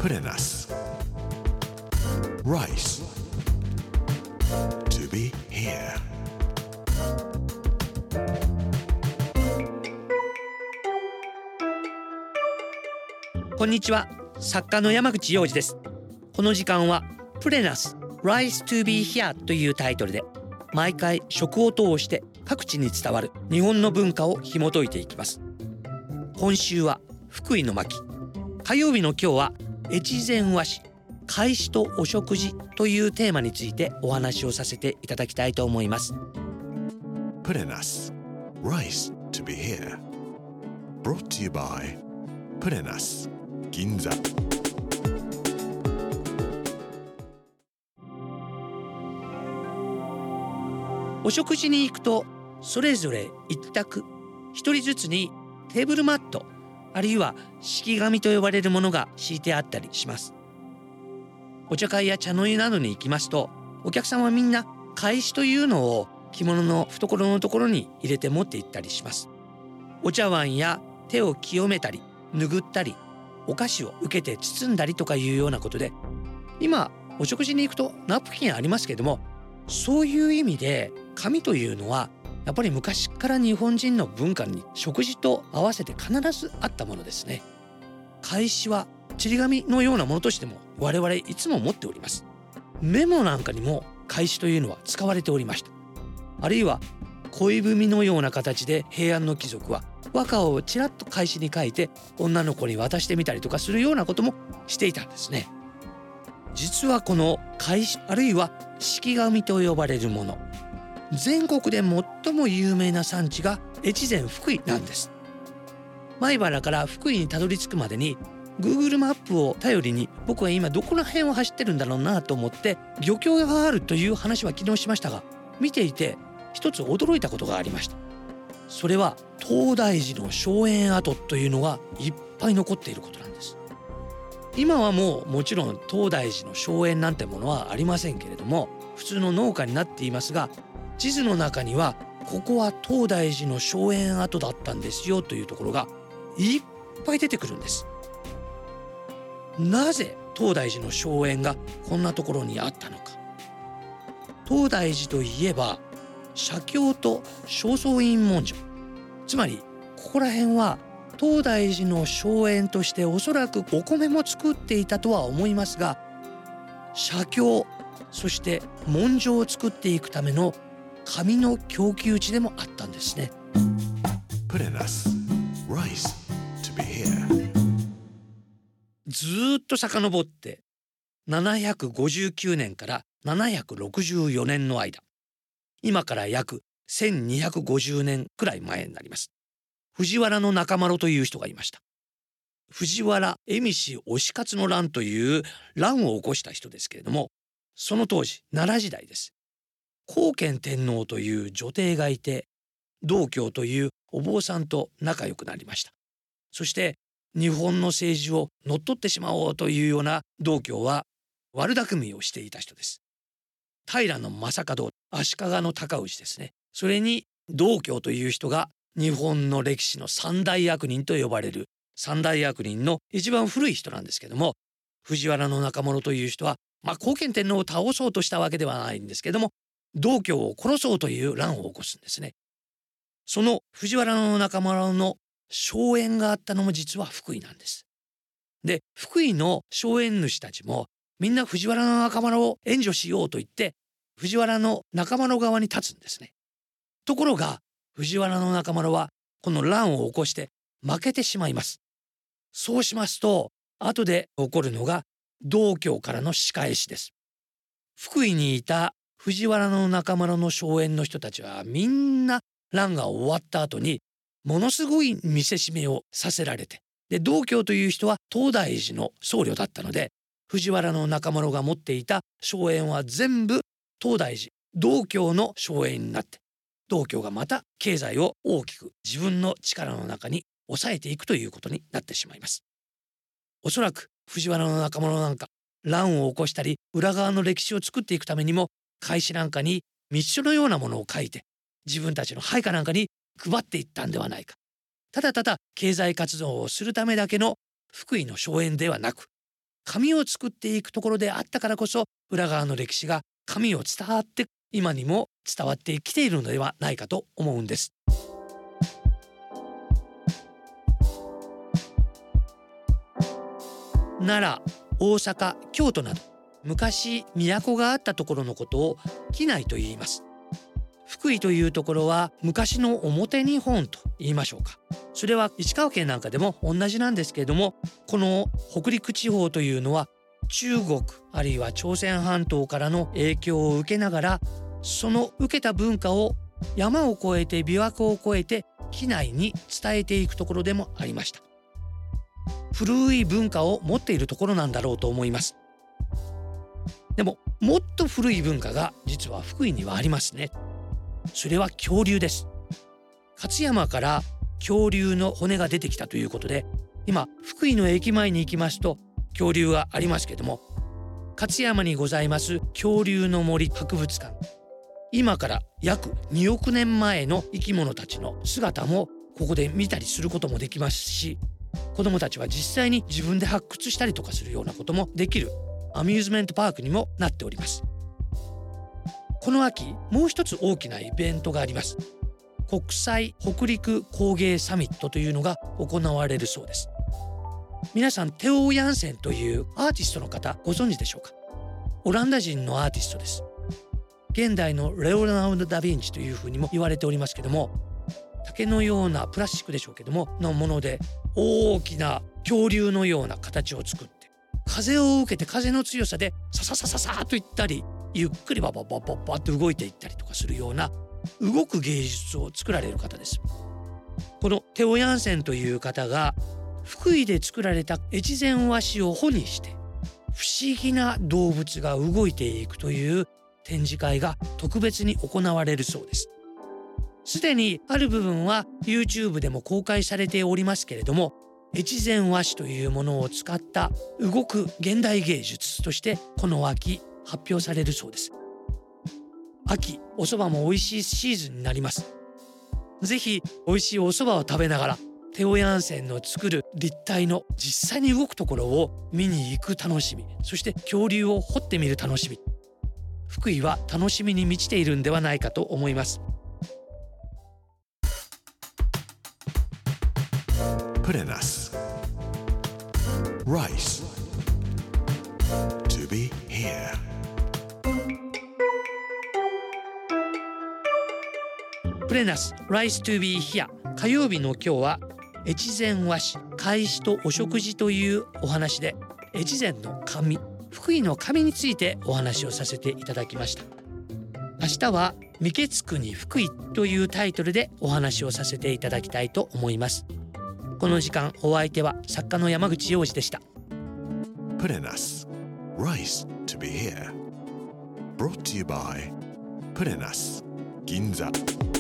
Put in us Rice to be here. こんにちは、作家の山口洋二です。この時間はプレナス Rice to be here というタイトルで、毎回食を通して各地に伝わる日本の文化を紐解いていきます。今週は福井の巻、火曜日の今日は越前和紙懐紙とお食事というテーマについてお話をさせていただきたいと思います。 Put in us Rice to be here. Brought to you by Put in us 銀座。 お食事に行くとそれぞれ一択一人ずつにテーブルマットあるいは敷紙と呼ばれるものが敷いてあったりします。お茶会や茶の湯などに行きますと、お客さんはみんな懐紙というのを着物の懐のところに入れて持って行ったりします。お茶碗や手を清めたり拭ったりお菓子を受けて包んだりとかいうようなことで、今お食事に行くとナプキンありますけども、そういう意味で紙というのはやっぱり昔から日本人の文化に食事と合わせて必ずあったものですね。懐紙はちり紙のようなものとしても我々いつも持っております。メモなんかにも懐紙というのは使われておりました。あるいは恋文のような形で平安の貴族は和歌をちらっと懐紙に書いて女の子に渡してみたりとかするようなこともしていたんですね。実はこの懐紙あるいは敷紙と呼ばれるもの、全国で最も有名な産地が越前福井なんです。米原から福井にたどり着くまでに Google マップを頼りに僕は今どこら辺を走ってるんだろうなと思って漁協があるという話は昨日しましたが、見ていて一つ驚いたことがありました。それは東大寺の荘園跡というのがいっぱい残っていることなんです。今はもちろん東大寺の荘園なんてものはありませんけれども、普通の農家になっていますが、地図の中にはここは東大寺の荘園跡だったんですよというところがいっぱい出てくるんです。なぜ東大寺の荘園がこんなところにあったのか。東大寺といえば写経と正倉院文書、つまりここら辺は東大寺の荘園としておそらくお米も作っていたとは思いますが、写経そして文書を作っていくための紙の供給地でもあったんですね。 Put in us Rice to be here. ずーっと遡って759年から764年の間、今から約1250年くらい前になります。藤原中丸という人がいました。藤原蝦夷推し活の乱という乱を起こした人ですけれども、その当時奈良時代です。高賢天皇という女帝がいて、道教というお坊さんと仲良くなりました。そして日本の政治を乗っ取ってしまおうというような道教は悪巧みをしていた人です。平将門、足利の尊氏ですね。それに道教という人が日本の歴史の三大悪人と呼ばれる三大悪人の一番古い人なんですけども、藤原中丸という人は高賢天皇を倒そうとしたわけではないんですけども、道教を殺そうという乱を起こすんですね。その藤原中丸の荘園があったのも実は福井なんです。で、福井の荘園主たちもみんな藤原中丸を援助しようと言って藤原中丸側に立つんですね。ところが藤原中丸はこの乱を起こして負けてしまいます。そうしますと後で起こるのが道教からの仕返しです。福井にいた藤原中丸の荘園の人たちはみんな乱が終わった後にものすごい見せしめをさせられて、で道教という人は東大寺の僧侶だったので、藤原中丸が持っていた荘園は全部東大寺道教の荘園になって、道教がまた経済を大きく自分の力の中に抑えていくということになってしまいます。おそらく藤原中丸なんか乱を起こしたり裏側の歴史を作っていくためにも懐紙なんかに密書のようなものを書いて自分たちの配下なんかに配っていったんではないか。ただただ経済活動をするためだけの福井の荘園ではなく、 紙を作っていくところであったからこそ、裏側の歴史が紙を伝わって今にも伝わってきているのではないかと思うんです。奈良、大阪、京都など昔都があったところのことを畿内と言います。福井というところは昔の表日本と言いましょうか。それは石川県なんかでも同じなんですけれども、この北陸地方というのは中国あるいは朝鮮半島からの影響を受けながら、その受けた文化を山を越えて琵琶湖を越えて畿内に伝えていくところでもありました。古い文化を持っているところなんだろうと思います。でももっと古い文化が実は福井にはありますね。それは恐竜です。勝山から恐竜の骨が出てきたということで、今福井の駅前に行きますと恐竜がありますけども、勝山にございます恐竜の森博物館、今から約2億年前の生き物たちの姿もここで見たりすることもできますし、子どもたちは実際に自分で発掘したりとかするようなこともできるアミューズメントパークにもなっております。この秋もう一つ大きなイベントがあります。国際北陸工芸サミットというのが行われるそうです。皆さんテオ・ヤンセンというアーティストの方ご存知でしょうか。オランダ人のアーティストです。現代のレオナルド・ダ・ヴィンチというふうにも言われておりますけども、竹のようなプラスチックでしょうけどものもので大きな恐竜のような形を作って、風を受けて風の強さでサササササといったり、ゆっくりバババババと動いていったりとかするような動く芸術を作られる方です。このテオ・ヤンセンという方が福井で作られた越前和紙を本にして不思議な動物が動いていくという展示会が特別に行われるそうです。すでにある部分は YouTube でも公開されておりますけれども、越前和紙というものを使った動く現代芸術としてこの秋発表されるそうです。秋、お蕎麦も美味しいシーズンになります。ぜひ美味しいお蕎麦を食べながらテオ・ヤンセンの作る立体の実際に動くところを見に行く楽しみ、そして恐竜を掘ってみる楽しみ、福井は楽しみに満ちているんではないかと思います。 Purenas Rice to be here. プレナス Rice to be here。 火曜日の今日は越前和紙懐紙とお食事というお話で、越前の紙、福井の紙についてお話をさせていただきました。明日は三毛津国福井というタイトルでお話をさせていただきたいと思います。この時間お相手は作家の山口洋二でした。 Purenas Rice to be here. Brought to you by Purenas Ginza.